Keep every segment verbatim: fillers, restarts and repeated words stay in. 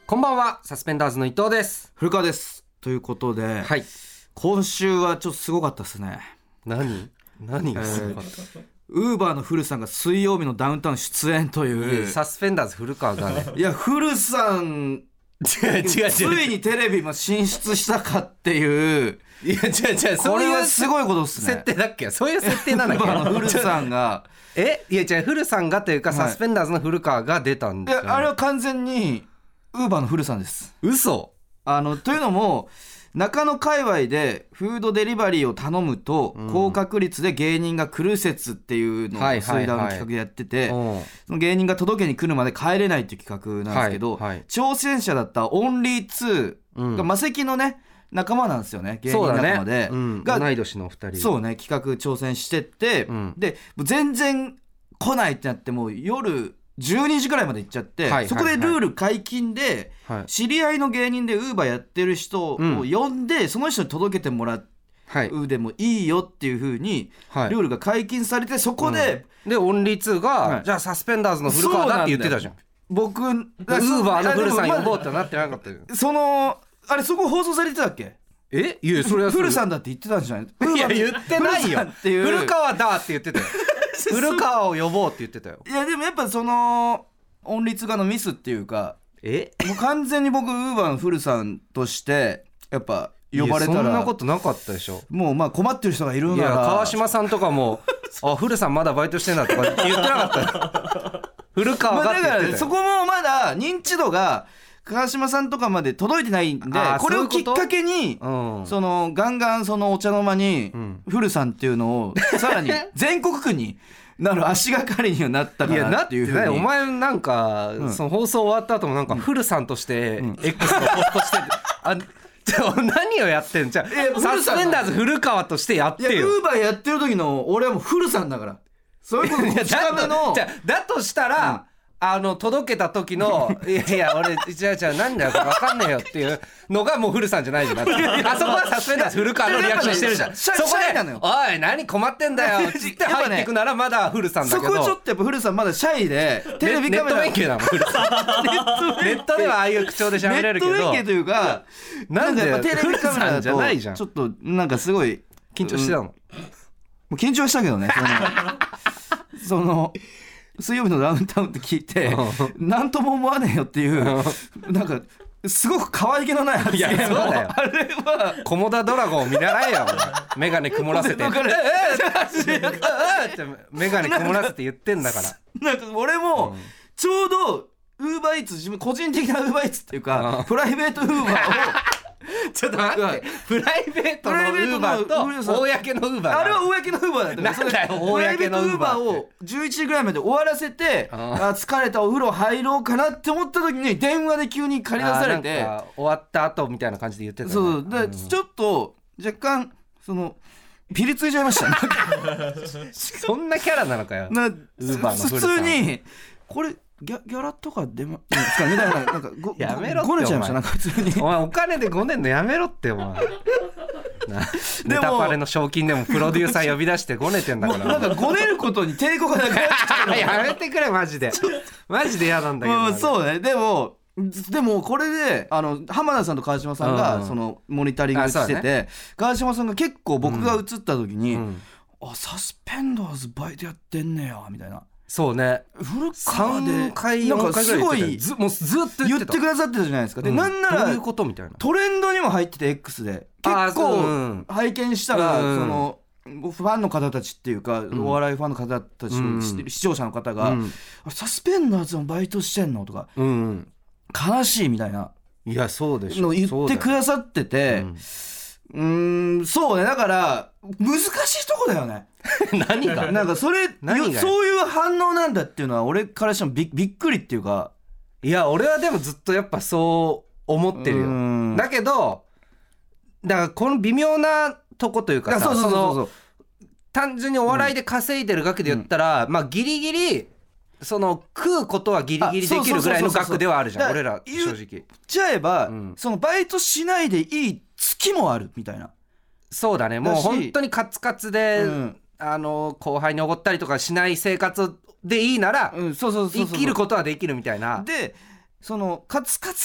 こんばんは、サスペンダーズの伊藤です。 古川です。ということで、はい、今週はちょっとすごかったですね。 何何がすごかった、 ウーバーの古さんが水曜日のダウンタウン出演という。 サスペンダーズ古川がねいや古さん違う違う違うついにテレビも進出したかっていう。 いや違う違う、 これはすごいことですね。 設定だっけ。そういう設定なんだっけ。 ウーバーの古さんがえいや違う、古さんがというか、はい、サスペンダーズの古川が出たんですよ、ね、 いやあれは完全にウーバーの古さんです。 嘘。 あのというのも中野界隈でフードデリバリーを頼むと高確率で芸人が来る説っていうのを水道の企画でやってて、その芸人が届けに来るまで帰れないっていう企画なんですけど、はいはい、挑戦者だったオンリーツーがマセキのね仲間なんですよね、芸人仲間で、 ね、うん、が同い年のふたり、 そうね、企画挑戦してって、うん、で全然来ないってなってもう夜じゅうにじくらいまで行っちゃって、はいはいはい、そこでルール解禁で、はい、知り合いの芸人でウーバーやってる人を呼んで、うん、その人に届けてもらうでもいいよっていう風にルールが解禁されて、そこで、 うん、でオンリーツーが、はい、じゃあサスペンダーズの古川だって言ってたじゃん。 僕ウーバーの古さん呼ぼうってなってなかったよ。 そのあれそこ放送されてたっけ。 えいやそれは古さんだって言ってたんじゃない。 いや言ってないよ。古川だって言ってたよ。古川を呼ぼうって言ってたよ。 いやでもやっぱその音律家のミスっていうか、 えもう完全に僕ウーバーの古さんとしてやっぱ呼ばれたら、 そんなことなかったでしょ。 もうまあ困ってる人がいるなら、いや川島さんとかもあ古さんまだバイトしてんだとか言ってなかったよ。古川がって言ってたよ。まあ、だからそこもまだ認知度が川島さんとかまで届いてないんで、これをきっかけにそのガンガンそのお茶の間に古さんっていうのをさらに全国区になる足がかりにはなったかなっていうふうに。いやなってない。 お前なんか、うん、その放送終わった後もなんか古さんとして X のポストして、うん、あ何をやってんじゃん。サスペンダーズ古川としてやってよ。 いやウーバーやってる時の俺はもう古さんだから。そういうことこち亀のじゃだとしたら、うんあの届けた時のいやいや俺違う違う何だよ分かんねえよっていうのがもう古さんじゃないじゃん。あそこはサスペンダーズ古川のリアクションしてるじゃん。そこでおい何困ってんだよって言って入っていくならまだ古さんだけど、 そこちょっとやっぱ古さんまだシャイでテレビカメラネット弁慶だもん古さん。ネットではああいう口調で喋れるけど、 ネット弁慶というかなんでやっぱテレビカメラだとじゃないじゃん。 ちょっとなんかすごい緊張してたの、うん、もう緊張したけどねそのその水曜日のダウンタウンって聞いて何とも思わねえよっていうなんかすごく可愛げのない発言。 いやそうだよ。あれはコモダドラゴンを見習えよ。メガネ曇らせてメガネ曇らせて言ってんだから。 なんか俺もちょうどウーバーイーツ自分個人的なウーバーイーツっていうかプライベートウーバーをちょっと待ってプライベートのウーバーと公のウーバー、 あれは公のウーバーだった。 なんだよプライベートウーバーをじゅういちじぐらいまで終わらせて、あ疲れたお風呂入ろうかなって思った時に電話で急に借り出されて、 なんか終わった後みたいな感じで言ってた、ね、 そうで、うん、ちょっと若干そのピリついちゃいましたね。 そんなキャラなのかよな。ウーバーの普通にこれギ ャ, ギャラとか出ますかみたいな、なんかごやめろってごねちゃいました。なんか普通にお前お金でごねんのやめろってお前ネタパレの賞金でもプロデューサー呼び出してごねてんだから。 なんかごねることに抵抗がなくなっちゃう。 やめてくれマジでマジで嫌なんだけど、 まあ、そうね。でもでもこれであの浜田さんと川島さんがそのモニタリングしてて、ね、川島さんが結構僕が映った時に、うん、あサスペンダーズバイトやってんねやみたいな。 そうね、 古川でさんかいよんかいぐらい言ってたよ。ずもうずっと言ってくださってたじゃないですか。で、うん、なんならどういうことみたいなトレンドにも入ってて X で結構拝見したら、うん、そのファンの方たちっていうか、うん、お笑いファンの方たち、うん、視聴者の方が、うん、サスペンダーズのバイトしてんのとか、うん、悲しいみたいな、 いやそうでしょの言ってくださってて、うーんそうね。だから難しいとこだよね。 何がなんかそれそういう反応なんだっていうのは俺からしても び, びっくりっていうか。 いや俺はでもずっとやっぱそう思ってるよ。だけどだからこの微妙なとこというかさ、 そうそうそうそう、 単純にお笑いで稼いでる額で言ったら、うん、まあギリギリその食うことはギリギリできるぐらいの額ではあるじゃん俺ら正直。 言っちゃえば、うん、そのバイトしないでいい月もあるみたいな。 そうだね。もう本当にカツカツで、うん、あの後輩におごったりとかしない生活でいいなら生きることはできるみたいな。 でそのカツカツだっ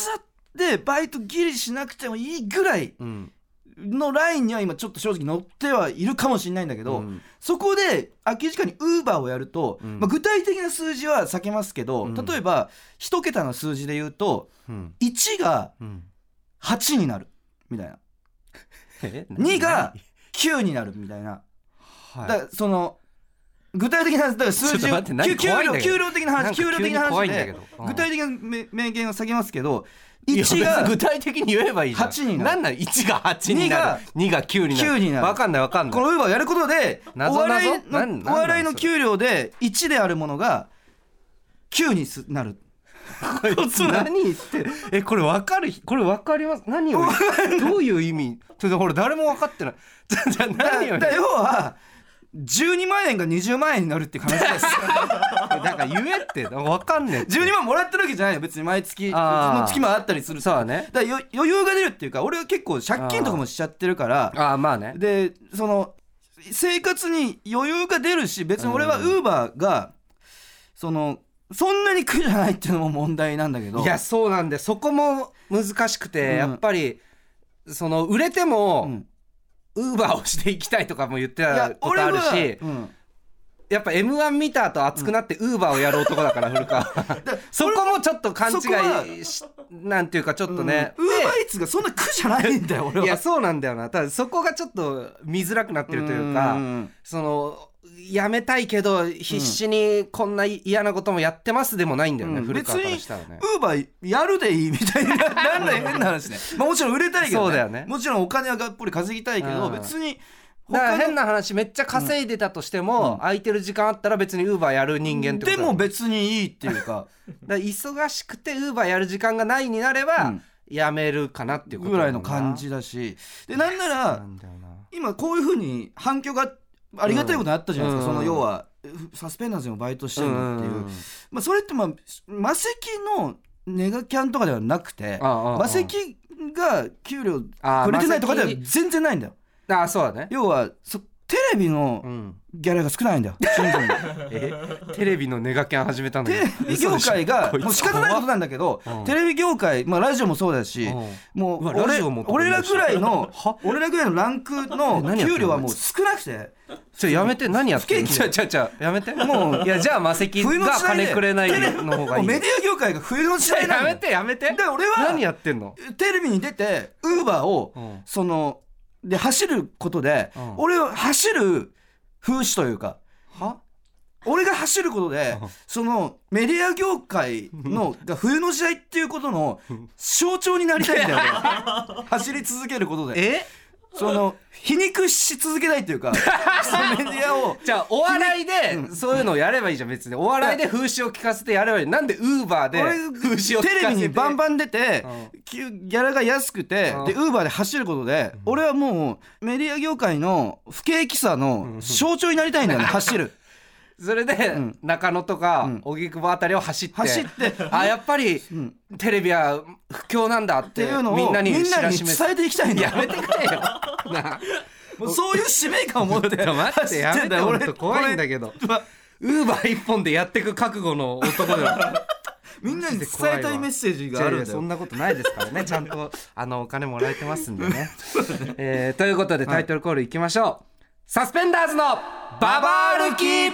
でバイトギリしなくてもいいぐらいのラインには今ちょっと正直乗ってはいるかもしれないんだけど、うん、そこで空き時間にウーバーをやると、うんまあ、具体的な数字は避けますけど、うん、例えば一桁の数字で言うと、うん、いちがはちになるみたいな、うん、にがきゅうになるみたいな、はい、だからその具体的なだから数字を給料給料的な話給料的な話で具体的な名言を下げますけど、いちが具体的に言えばいいじゃん。はちになる。なんなんいちがはちになる、にがきゅうになる。きゅうになる。分かんない分かんない。 このウーバーをやることでお笑いのお笑いの給料でいちであるものがきゅうになる。 何言ってえこれ分かるこれ分かります何をどういう意味それでほら誰も分かってないじゃ何をだ要はじゅうにまんえんがにじゅうまんえんになるっていう話ですだから言えって分かんねえじゅうにまんもらってるわけじゃないよ別に毎月の月もあったりするそうねだから余裕が出るっていうか俺は結構借金とかもしちゃってるからああまあねでその生活に余裕が出るし別に俺はウーバーがそのそんなに苦じゃないっていうのも問題なんだけどいやそうなんでそこも難しくて、うん、やっぱりその売れても、うんウーバーをしていきたいとかも言ってたことあるし、うん、やっぱ エムワン 見た後熱くなってウーバーをやる男だから古川そこもちょっと勘違いしなんていうかちょっとねウーバーイーツがそんな苦じゃないんだよ俺はいやそうなんだよなただそこがちょっと見づらくなってるというかそのやめたいけど必死にこんな嫌なこともやってますでもないんだよね、うん、古川からしたらねウーバーやるでいいみたいななんない変な話ね、まあ、もちろん売れたいけど、ね、 そうだよねもちろんお金はがっぽり稼ぎたいけど別にだから変な話めっちゃ稼いでたとしても、うん、空いてる時間あったら別にウーバーやる人間ってことだ、 でも別にいいっていうかだから忙しくてウーバーやる時間がないになれば、うん、やめるかなっていうことぐらいの感じだしでなんならなんだよな今こういう風に反響がありがたいことあったじゃないですか、うん、その要はサスペンダーズにもバイトしてるのっていう、うんまあ、それってまあマセキのネガキャンとかではなくてマセキが給料くれてないとかでは全然ないんだよ。 ああそうだね要はそテレビのギャラが少ないんだよ、うん、 えテレビのネガキャン始めたのにテレビ業界がもう仕方ないことなんだけど、うん、テレビ業界、まあ、ラジオもそうだし、うん、もう 俺, 俺らぐらいの俺らぐらいのランクの給料はもう少なくてちょやめて何やってんのちゃちゃちゃやめてもういやじゃあマセキが金くれないの方がいいメディア業界が冬の時代なんだよやめてやめてで俺は何やってんのテレビに出てウーバーを、うん、そので走ることで、うん、俺は走る風刺というかは俺が走ることで、うん、そのメディア業界のが冬の時代っていうことの象徴になりたいんだよ走り続けることでえその皮肉し続けたいというかそのメディアをじゃあお笑いでそういうのをやればいいじゃん別にお笑いで風刺を聞かせてやればいいなんでウーバーで風刺を聞かせてテレビにバンバン出て、うん、ギャラが安くて、うん、でウーバーで走ることで、うん、俺はもうメディア業界の不景気さの象徴になりたいんだよね、うん、走るそれで、うん、中野とか荻窪あたりを走って走ってあやっぱり、うん、テレビは不況なんだっていうのをみんなに知らしめ伝えていきたいんだやめてくれよなもうそういう使命感を持ってちょっと待ってやめて俺怖いんだけどウーバー一本でやってく覚悟の男だよみんなに伝えたいメッセージがあるんだよそんなことないですからねちゃんとあのお金もらえてますんでね、えー、ということでタイトルコールいきましょう、はい、サスペンダーズのババ歩き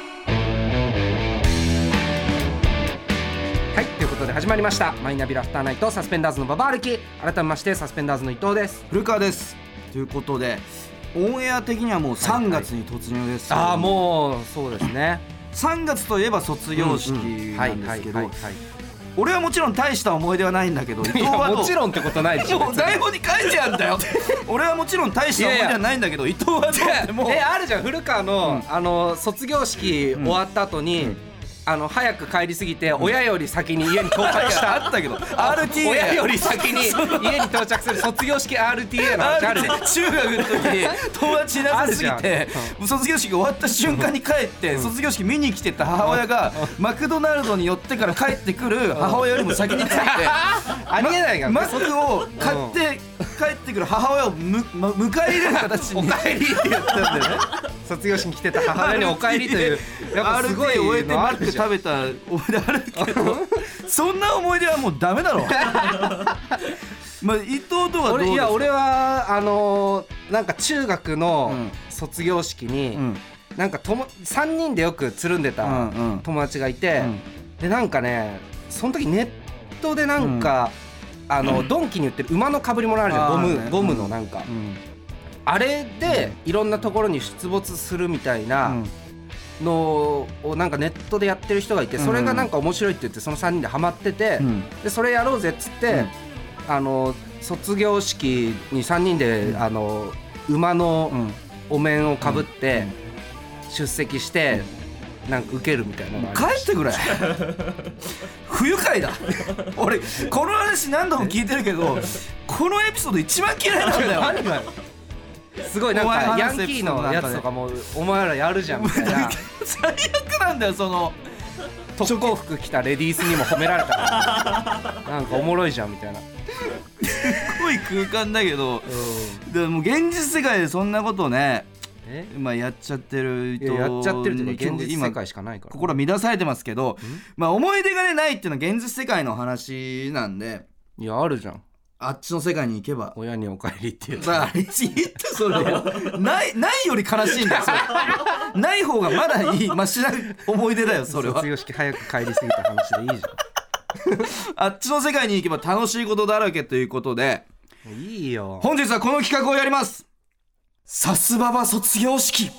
はいということで始まりましたマイナビラフターナイトサスペンダーズのババ歩き改めましてサスペンダーズの伊藤です古川ですということでオンエア的にはもうさんがつに突入です、 はいはい、ああもうそうですねさんがつといえば卒業式なんですけど俺はもちろん大した思い出はないんだけど伊藤はもちろんってことないでしょ台本に書いてあるんだよ俺はもちろん大した思い出はないんだけど伊藤はどうってもうえあるじゃん古川の、うん、あの卒業式終わった後に、うんうんあの早く帰りすぎて親より先に家に到着したあったけど アールティーエー親より先に家に到着する卒業式 アールティーエー の話あるじゃん中学の時に友達いなさすぎて卒業式終わった瞬間に帰って卒業式見に来てた母親がマクドナルドに寄ってから帰ってくる母親よりも先に着いてありえないがマックを買って帰ってくる母親をむ、ま、迎え入れる形にお帰りって言ったんだよね卒業式に来てた母親にお帰りというやっぱすごい終えてマック食べた思い出あるけどそんな思い出はもうダメだろまあ伊藤とはどうですか？ いや俺はあのー、なんか中学の卒業式に、うん、なんかともさんにんでよくつるんでた友達がいて、うんうん、でなんかねその時ネットでなんか、うん、あのドンキに売ってる馬の被り物あるじゃん、ゴム、ね、ゴムのなんか、うん、あれでいろんなところに出没するみたいなのをなんかネットでやってる人がいて、それがなんか面白いって言ってそのさんにんでハマってて、うん、でそれやろうぜっつって、うん、あの卒業式にさんにんで、うん、あの馬のお面をかぶって出席して、うん、なんか受けるみたいなのが帰ってくれ不愉快だ俺この話何度も聞いてるけどこのエピソード一番嫌いなんだよ何がすごいなんかヤンキーのやつとかもお前らやるじゃんみたいな最悪なんだよ。その特攻服着たレディースにも褒められたからなんかおもろいじゃんみたいなすごい空間だけど、うん、でも現実世界でそんなことねまあやっちゃってるとやっちゃってるというか現実世界しかないから心乱されてますけど、まあ思い出がねないっていうのは現実世界の話なんで。 いやあるじゃん、 あっちの世界に行けば親にお帰りって言うあれ言ってそれないないより悲しいんだよそれない方がまだいいマシな思い出だよそれは。 卒業式早く帰りすぎた話でいいじゃんあっちの世界に行けば楽しいことだらけということでいいよ。 本日はこの企画をやります。さすばば卒業式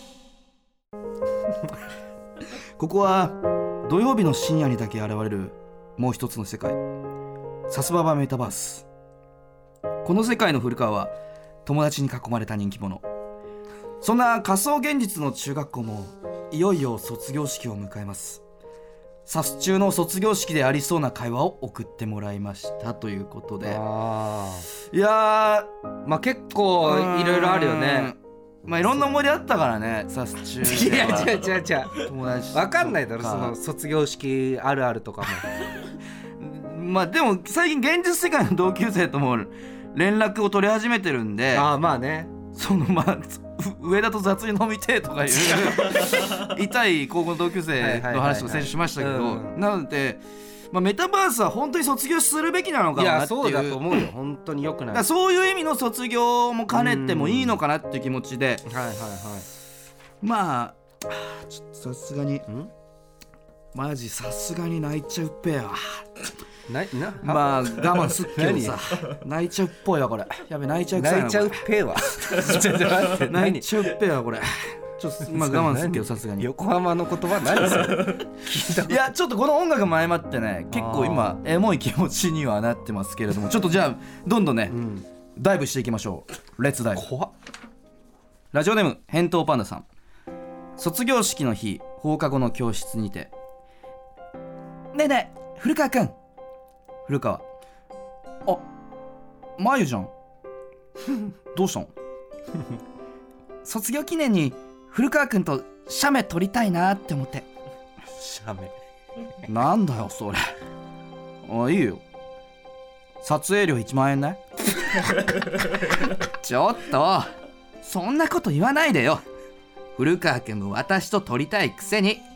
ここは土曜日の深夜にだけ現れるもう一つの世界、さすばばメタバース。この世界の古川は友達に囲まれた人気者。そんな仮想現実の中学校もいよいよ卒業式を迎えます。サス中の卒業式でありそうな会話を送ってもらいましたということで、あいやーまあ結構いろいろあるよね。 まあいろんな思い出あったからねサス中では。いや違う違う違う友達分かんないだろその卒業式あるあるとかもまあでも最近現実世界の同級生とも連絡を取り始めてるんで、 ああまあねそのまあ上田と雑に飲みてえとかいう痛い高校の同級生の話を先週しましたけど、なので、まあ、メタバースは本当に卒業するべきなのかなっていう。いやそうだと思うよ本当に良くない。 だそういう意味の卒業も兼ねてもいいのかなっていう気持ちで、 はいはいはい、 まあちょっとさすがにマジさすがに泣いちゃうっぺやななまあ我慢すっけどさ泣いちゃうっぽいわこれ。やべ泣いちゃうくさいな。 泣いちゃうっぺは泣いちゃうっぺはこれちょっとまあ我慢すっけどさすがに。 横浜の言葉何それいやちょっとこの音楽も相まってね結構今エモい気持ちにはなってますけれども、ちょっとじゃあどんどんね、うん、ダイブしていきましょう。レッツダイブ。 怖っ。 ラジオネーム返答パンダさん。卒業式の日放課後の教室にて、ねえねえ古川くん。古川、あ、まゆじゃんどうしたの卒業記念に古川くんと写メ撮りたいなって思って。 写メなんだよそれ。あ、いいよ撮影料いちまんえんねちょっとそんなこと言わないでよ。古川くんも私と撮りたいくせに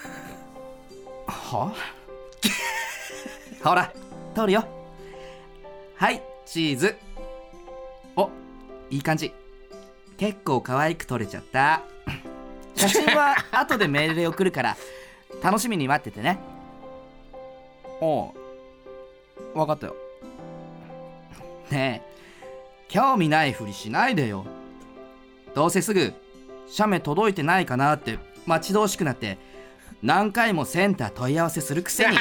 はほら撮るよ。はいチーズ。お、いい感じ。結構可愛く撮れちゃった。写真は後でメールで送るから楽しみに待っててね。おう分かったよ。ねえ興味ないふりしないでよ。どうせすぐ写メ届いてないかなって待ち遠しくなって何回もセンター問い合わせするくせに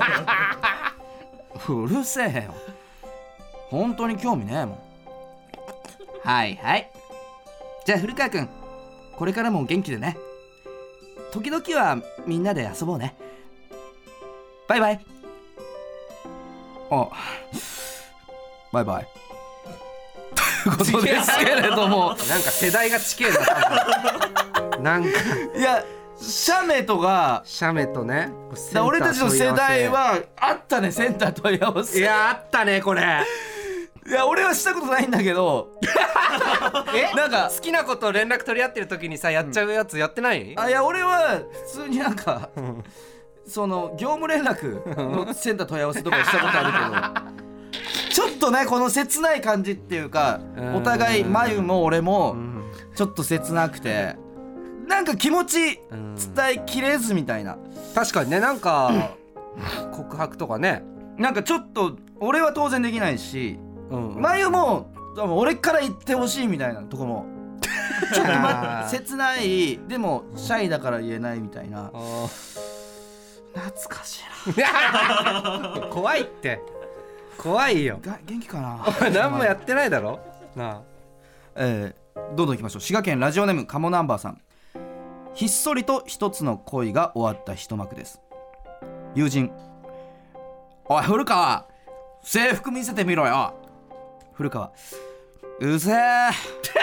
うるせえよ本当に興味ねえもん。はいはい、じゃあ古川くんこれからも元気でね。時々はみんなで遊ぼうね。バイバイ。あ、バイバイということですけれどもなんか世代が近えななんかいや写メとか写メとね俺たちの世代はあったねセンター問い合わせ。 いやあったねこれ。 いや俺はしたことないんだけどえなんか好きなこと連絡取り合ってる時にさやっちゃうやつやってない、 うん、あいや俺は普通になんかその業務連絡のセンター問い合わせとかしたことあるけどちょっとねこの切ない感じっていうか、お互い眉も俺もちょっと切なくて、なんか気持ち伝えきれずみたいな。 確かにね、なんか告白とかね、 なんかちょっと俺は当然できないし、 うんうん、 眉も俺から言ってほしいみたいなとこもちょっとま切ない、でもシャイだから言えないみたいな。懐かしいな怖いって怖いよ。 元気かな。 お前何もやってないだろなあ。 えー、どんどんいきましょう。滋賀県ラジオネームカモナンバーさん。ひっそりと一つの恋が終わった一幕です。友人、おい古川、制服見せてみろよ。古川、うぜえ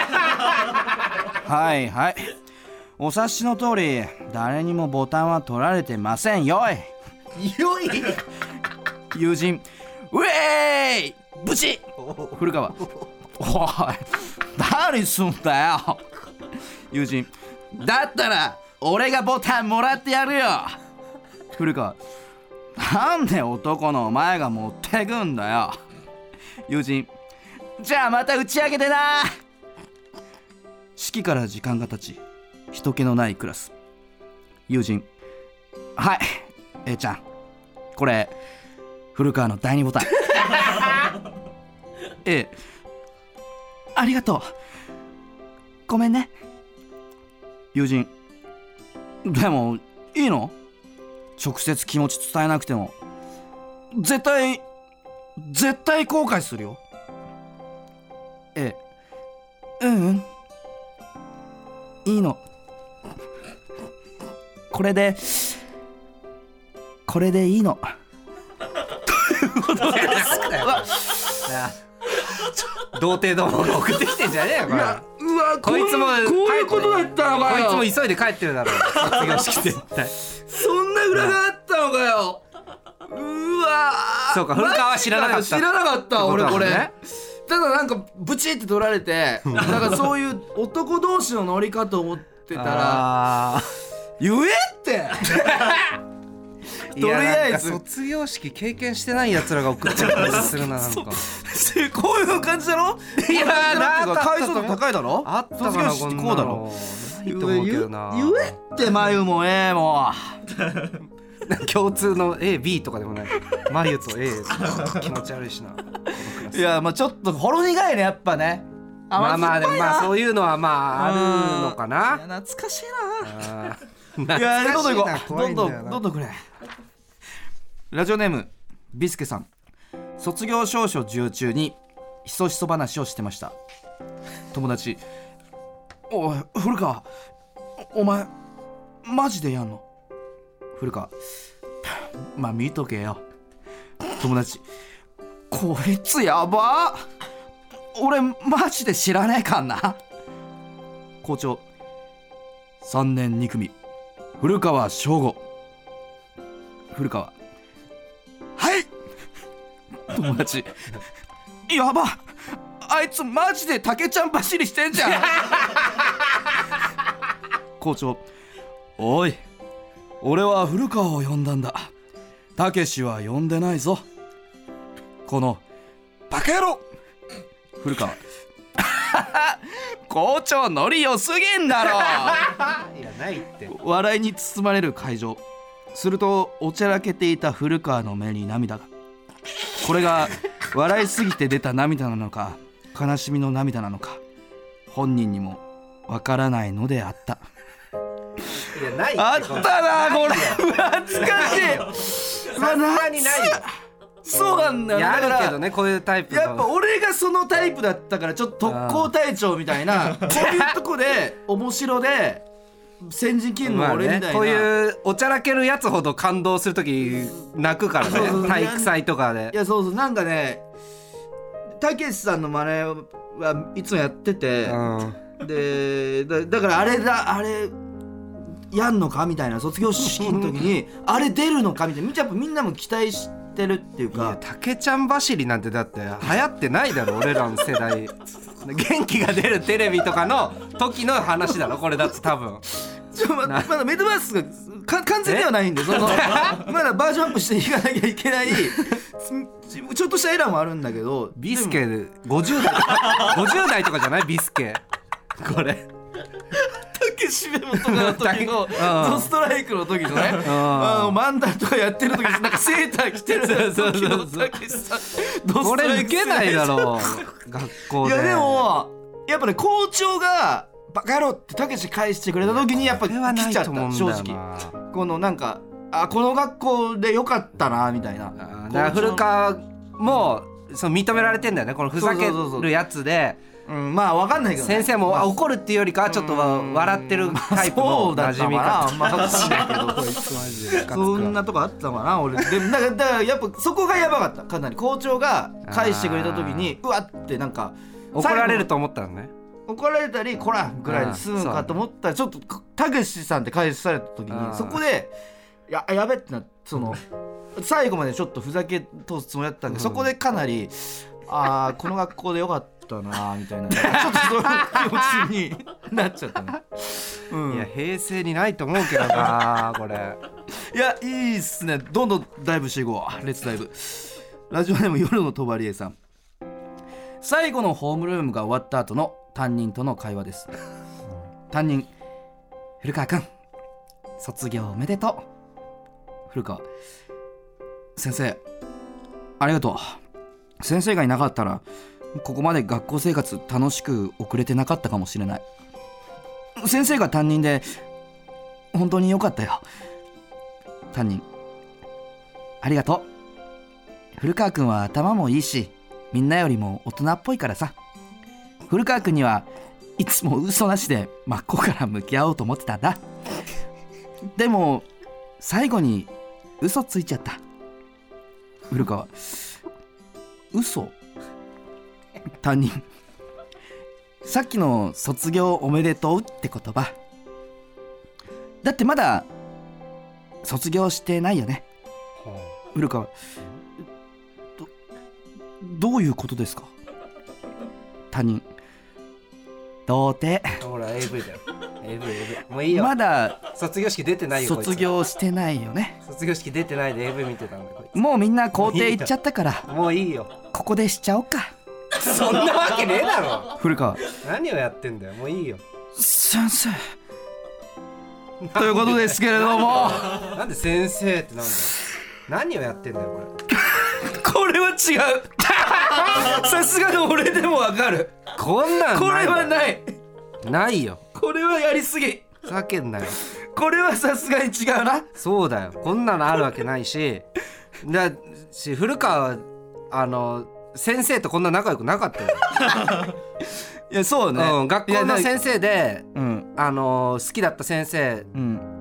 はいはい、お察しの通り誰にもボタンは取られてませんよいよい友人、ウェーイブチ。古川、おい何すんだよ。友人、だったら俺がボタンもらってやるよ。古川、なんで男のお前が持ってくんだよ。友人、じゃあまた打ち上げでな。式から時間が経ち、人気のないクラス。友人、はい A ちゃん、これ古川の第二ボタンA、 ありがとう、ごめんね。友人、でもいいの？直接気持ち伝えなくても。絶対絶対後悔するよ。ええ、うんうん、いいの。これでこれでいいの。ということです。 童貞どもが送ってきてんじゃねえよこれ。 うわ、 こいつもこういうことだったのかよ。 こいつも急いで帰ってるだろ卒業式絶対。 そんな裏があったのかよ。うわ、 そうか、古川は知らなかった。 知らなかった俺これ。ただなんかブチって取られて、なんかそういう男同士のノリかと思ってたら言えってとりあえず卒業式経験してないやつらが送ってる感じするな。なんかこういう感じだろ。 いやー、 解像度高いだろ。 あったかな、 卒業式こうだろ。 ないと思うけどな。 言えって眉も A も共通の A、B とかでもない。眉と A 気持ち悪いしな。 いや、まあちょっとほろ苦いねやっぱね。 まあまあでもまあそういうのはまああるのかな。 いや懐かしいな。 いや、どんどん行こう。どんどんどんどんくれ。ラジオネームビスケさん。卒業証書授与中にひそひそ話をしてました。友達、おい古川、お前マジでやんの？古川、まあ見とけよ。友達、こいつやば、俺マジで知らねえかんな。校長、さんねんに組古川翔吾。古川、はい。友達、やば、あいつマジで竹ちゃん走りしてんじゃん。校長、おい、俺は古川を呼んだんだ。たけしは呼んでないぞ、このバカ野郎。古川、校長ノリ良すぎんだろ。 いやないって。 笑いに包まれる会場。するとおちゃらけていた古川の目に涙が。これが笑いすぎて出た涙なのか、悲しみの涙なのか、本人にもわからないのであった。 いやないって。 あったなこれ。懐かしい。 さすがにないよ。 そうなんだよ。 いやあるけどね、こういうタイプの。 やっぱ俺がそのタイプだったからちょっと特攻隊長みたいな、こういうとこで面白で先陣切るの俺みたいな、 まあね、こういうおちゃらけるやつほど感動するとき泣くからね。そうそう、体育祭とかで。 いやそうそう、なんかね、たけしさんの真似はいつもやってて、うん、で だ, だからあれだあれやんのかみたいな、卒業式の時にあれ出るのかみたいな、やっぱみんなも期待してるっていうか。 たけちゃん走りなんてだって流行ってないだろ俺らの世代。元気が出るテレビとかの時の話だろこれだって多分。 ちょ ま, まだメタバースがか完全ではないんでそのまだバージョンアップしていかなきゃいけないちょっとしたエラーもあるんだけどビスケごじゅう代ごじゅう代とかじゃないビスケこれたけしメモとかの時のドストライクの時のねあの漫談とかやってる時になんかセーター着てる時のたけしさんドストライクこれ受けないだろう学校で。 いやでもやっぱね校長がバカ野郎ってたけし返してくれた時にやっぱ来ちゃった正直このなんかあこの学校でよかったなみたいな。だから古川もその認められてんだよねこのふざけるやつで。 うん、まあ分かんないけど、ね、 先生も、まあ、怒るっていうよりかはちょっと笑ってるタイプの馴染み方、 まあ、そうだったかな、まあ、こいつマジでそんなとこあったかな俺でもだからだからやっぱそこがやばかったかなり校長が返してくれた時にうわってなんか怒られると思ったのね怒られたりこらぐらいで済むかと思ったらちょっとたけしさんって返された時にそこでややべってなってその最後までちょっとふざけ通すつもりだったんで、うん、そこでかなりあこの学校でよかっただなみたいなちょっとそういう気持ちになっちゃったね、 うん、いや平成にないと思うけどなこれいやいいっすねどんどんダイブしていこうレッツダイブラジオネーム夜のとばりえさん最後のホームルームが終わった後の担任との会話です、うん、担任古川くん卒業おめでとう古川先生ありがとう先生がいなかったらここまで学校生活楽しく送れてなかったかもしれない先生が担任で本当に良かったよ担任ありがとう古川くんは頭もいいしみんなよりも大人っぽいからさ古川くんにはいつも嘘なしで真っ向から向き合おうと思ってたんだでも最後に嘘ついちゃった古川嘘担任さっきの卒業おめでとうって言葉だってまだ卒業してないよね、はあ、古川ど, どういうことですか担任童貞ほら エーブイ だよ エーブイ エーブイ もういいよまだ卒業式出てないよ卒業してないよね卒業式出てないで エーブイ 見てたんだこいつもうみんな校庭行っちゃったからもういいよここでしちゃおうかそんなわけねえだろ古川何をやってんだよもういいよ先生ということですけれどもなんで先生ってなんだよ何をやってんだよこれこれは違うさすがの俺でもわかるこんなんないこれはないないよこれはやりすぎふざけんなよこれはさすがに違うなそうだよこんなのあるわけないしだし古川はあの先生とこんな仲良くなかったよいやそうね、 うん、学校の先生で、 うん、 あの好きだった先生、うん、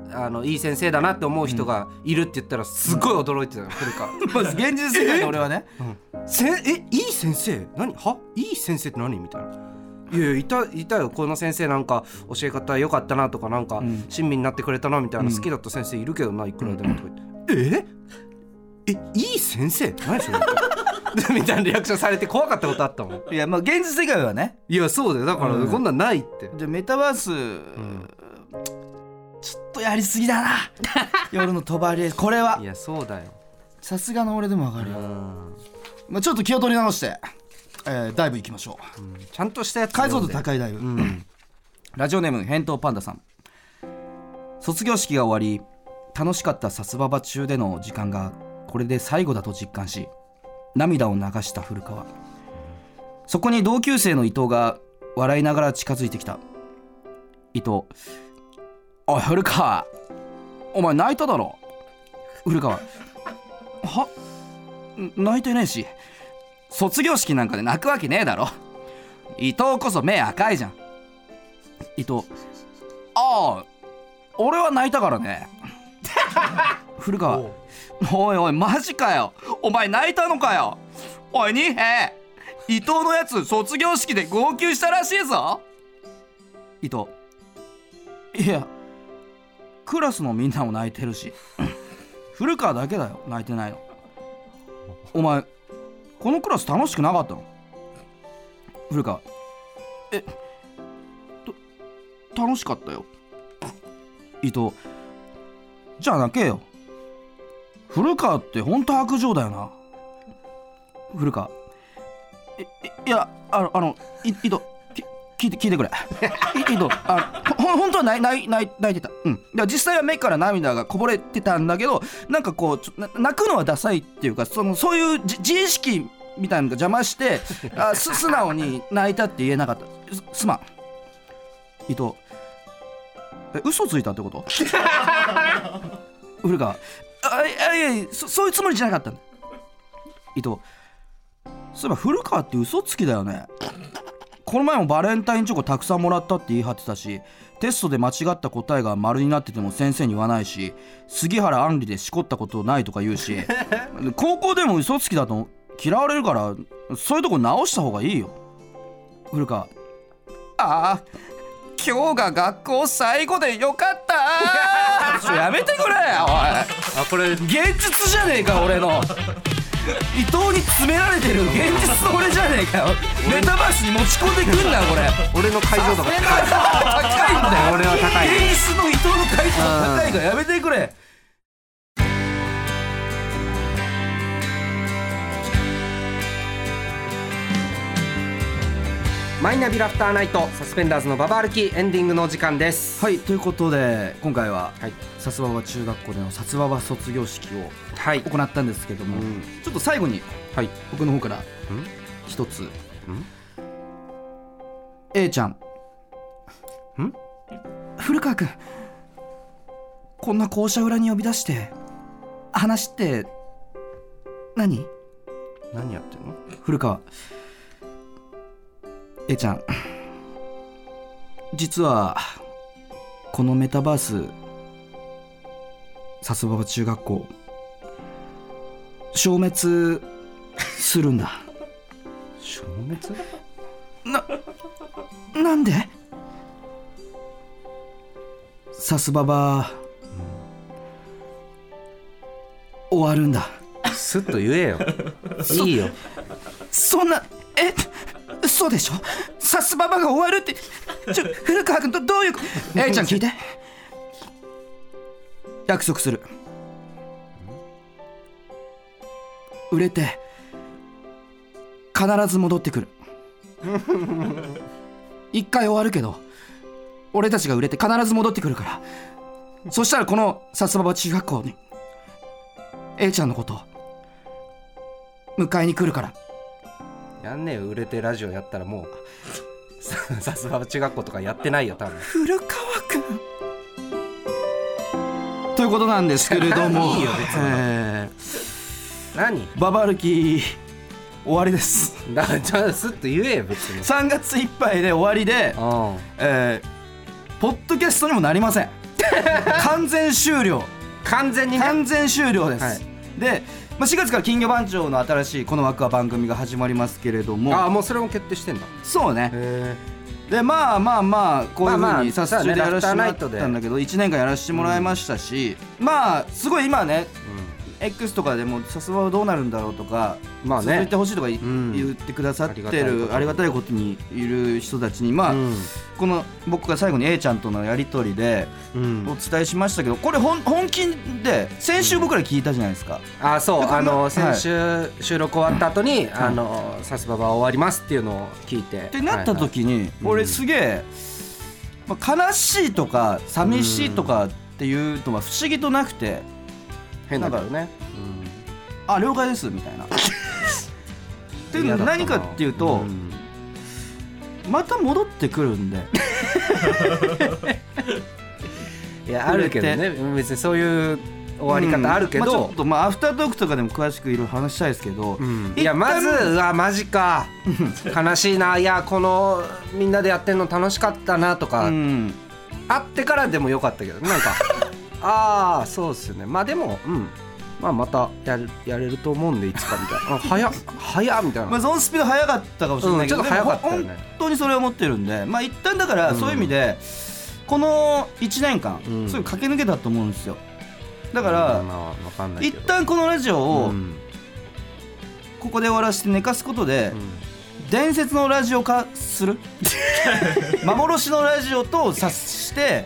あのいい先生だなって思う人がいるって言ったらすごい驚いてたよ、古川まず現実世界の俺はね、 うん、せえいい先生何はいい先生って何みたいないやいたいたよこの先生なんか教え方良かったなとかなんか親身になってくれたなみたいな、うん、好きだった先生いるけどないくらでもとか言って、うん、ええいい先生何それみたいなリアクションされて怖かったことあったもん。 いやまあ現実世界はねいやそうだよだからこんなんないって、うん、 じゃあメタバース、うん、ちょっとやりすぎだな夜のとばりこれはいやそうだよさすがの俺でもわかるよ、まあ、ちょっと気を取り直して、えー、ダイブいきましょう、うん、 ちゃんとしたやつ解像度高いダイブ、うん、ラジオネーム返答パンダさん卒業式が終わり楽しかったさすばば中での時間がこれで最後だと実感し涙を流した古川、そこに同級生の伊藤が笑いながら近づいてきた。伊藤、おい古川お前泣いただろ。古川、は泣いてねえし卒業式なんかで泣くわけねえだろ。伊藤こそ目赤いじゃん。伊藤、ああ俺は泣いたからね。古川、おいおいマジかよお前泣いたのかよ。おい二平伊藤のやつ卒業式で号泣したらしいぞ。伊藤、いやクラスのみんなも泣いてるし古川だけだよ泣いてないの。お前このクラス楽しくなかったの。古川、え楽しかったよ。 伊藤、じゃあ泣けよ。古川ってほんと白状だよな。古川、い, いやあのあの伊藤、聞いて聞いてくれ。伊藤、あほ本当は泣い泣い泣い泣いてた。うん。で実際は目から涙がこぼれてたんだけど、なんかこうちょ泣くのはダサいっていうか、そのそういう自意識みたいなのが邪魔してあす素直に泣いたって言えなかった。す, すまん。伊藤、え嘘ついたってこと？古川、あいやいや そ, そういうつもりじゃなかったんだ。伊藤、そういえば古川って嘘つきだよね。この前もバレンタインチョコたくさんもらったって言い張ってたし、テストで間違った答えが丸になってても先生に言わないし、杉原杏里でしこったことないとか言うし高校でも嘘つきだと嫌われるから、そういうとこ直した方がいいよ。古川、ああ今日が学校最後でよかったちょやめてくれおい。あこれ現実じゃねえか俺の。伊藤に詰められてる現実の俺じゃねえかよ。メタバースに持ち込んでくんなこれ。 俺の解像度が高い高いんだよ。 俺は高い。 現実の伊藤の解像度高いからやめてくれ。 マイナビラフターナイト、サスペンダーズのババ歩きエンディングのお時間です。 はい、ということで今回は、 はい、 さすばば中学校でのさつばば卒業式を行ったんですけども、 はい、 ちょっと最後に、はい、僕の方から一つ、 ん A ちゃん、ん古川くん、こんな校舎裏に呼び出して話って何何やってんの？ 古川、A ちゃん、実はこのメタバースさすばば中学校消滅するんだ。 消滅？ な、なんで？さすばば、うん、終わるんだ。 すっと言えよ。いいよ。 そんな、え嘘でしょ。さすばばが終わるって。ちょ古川君とどういう。A ちゃん聞いて。約束する。売れて必ず戻ってくる。一回終わるけど俺たちが売れて必ず戻ってくるから。そしたらこのさすばば中学校に A ちゃんのこと迎えに来るから。 やんねえよ。売れてラジオやったらもうさすばば中学校とかやってないよ多分。 古川くんということなんですけれども、 いいよ別に、えー、何ババ歩き終わりです。 だじゃあすっと言えよ別に。 さんがついっぱいで終わりで、えー、ポッドキャストにもなりません。完全終了。 完全にね。 完全終了です、はい、で、まあ、しがつから金魚番長の新しいこの枠は番組が始まりますけれども。 ああもうそれも決定してんだ。 そうね。へでまあまあまあこういう風にさす中でやらせてもらったんだけど、いちねんかんやらせてもらいましたし、うん、まあすごい今ね、うん、X とかでもさすばはどうなるんだろうとか、まあね、続いてほしいとか、うん、言ってくださってるありがたいことにいる人たちに、まあ、うん、この僕が最後に A ちゃんとのやり取りでお伝えしましたけど、これ本気で先週僕ら聞いたじゃないですか、 うん、あそうあの先週収録終わった後に、うん、あのさすばば終わりますっていうのを聞いてってなった時に、はいはい、俺すげえ、まあ、悲しいとか寂しいとかっていうのは不思議となくて、 変だからね、 うん、あ了解ですみたいなっていうのは何かっていうと、うん、また戻ってくるんでいやあるけどね、別にそういう終わり方あるけど、うんまあ、ちょっとまあアフタートークとかでも詳しくいろいろ話したいですけど、 うん、いやまずうわマジか悲しいな、いやこのみんなでやってんの楽しかったなとか、うん、あってからでもよかったけどなんかああそうですよね、まあでもうんまあまた や, るやれると思うんでいつかみたいな、あ早っ早っみたいな、 まあ、そのスピード早かったかもしれないけど、うん、ちょっと早かったよね、本当にそれを思ってるんで、まあ一旦だからそういう意味で、うん、このいちねんかん、うん、そういう駆け抜けたと思うんですよ。だから、うんまあ、わかんないけど一旦このラジオをここで終わらせて寝かすことで、うん、伝説のラジオ化する幻のラジオと察して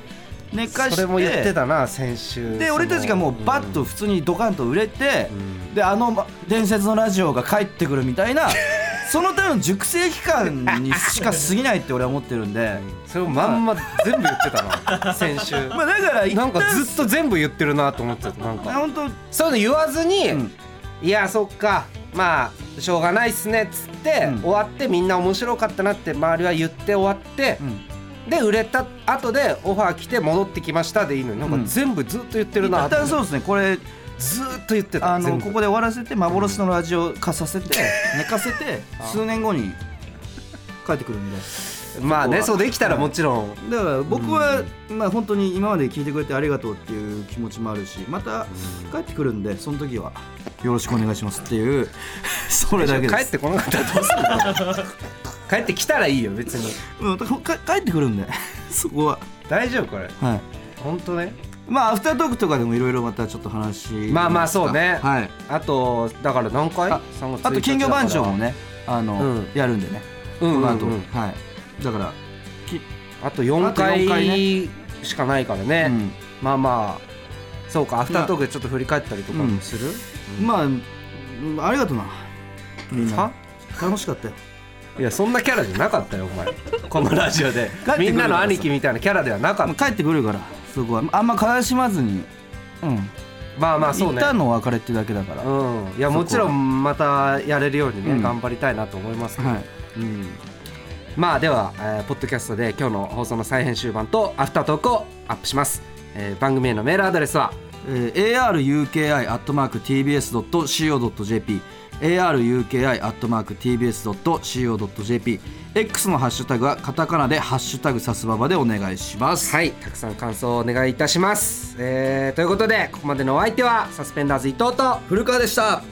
寝かしてそれも言ってたな先週で俺たちがもうバッと普通にドカンと売れて、うん、であの伝説のラジオが帰ってくるみたいなそのための熟成期間にしか過ぎないって俺は思ってるんで、 うん、それをまんま全部言ってたな先週まあだからなんかずっと全部言ってるなと思ってたなんか本当そういうの言わずに、うん、いやそっかまあしょうがないっすねっつって、うん、終わってみんな面白かったなって周りは言って終わって、うん、で売れた後でオファー来て戻ってきましたでいいのになんか全部ずっと言ってるなって、 うん、そうですねこれずっと言ってたあのここで終わらせて幻のラジオ化させて寝かせて数年後に帰ってくるんでまあねそうできたらもちろんだから僕は、うん、まあ本当に今まで聞いてくれてありがとうっていう気持ちもあるしまた帰ってくるんでその時はよろしくお願いしますっていうそれだけです帰ってこなかったらどうするの帰ってきたらいいよ別に、 うん、帰ってくるんでそこは大丈夫これはい本当ねまあアフタートークとかでもいろいろまたちょっと話まあまあそうね、 はい、 あとだから何回 ? あ, あと金魚番長もねあの、うん、やるんでね、 うんうんうん、 この後、はい、だからあとよんかいしかないからね、うん、まあまあそうかアフタートークでちょっと振り返ったりとかもする、 うん、まあありがとうなみんな楽しかったよいやそんなキャラじゃなかったよお前このラジオでみんなの兄貴みたいなキャラではなかった帰ってくるからそこはあんま悲しまずにうんまあまあそうね一旦のお別れってだけだから、 うん、いやもちろんまたやれるようにね、うん、頑張りたいなと思いますけど、 はいうん、まあでは、えー、ポッドキャストで今日の放送の再編集版とアフタートークをアップします、えー、番組へのメールアドレスは、 えー、エーアールユーケーアイ アットマーク ティービーエスドットシーオードットジェーピー エーアールユーケーアイ アットマーク ティービーエスドットシーオードットジェーピー X のハッシュタグはカタカナでハッシュタグさすばばでお願いします。 はいたくさん感想をお願いいたします、えー、ということでここまでのお相手はサスペンダーズ伊藤と古川でした。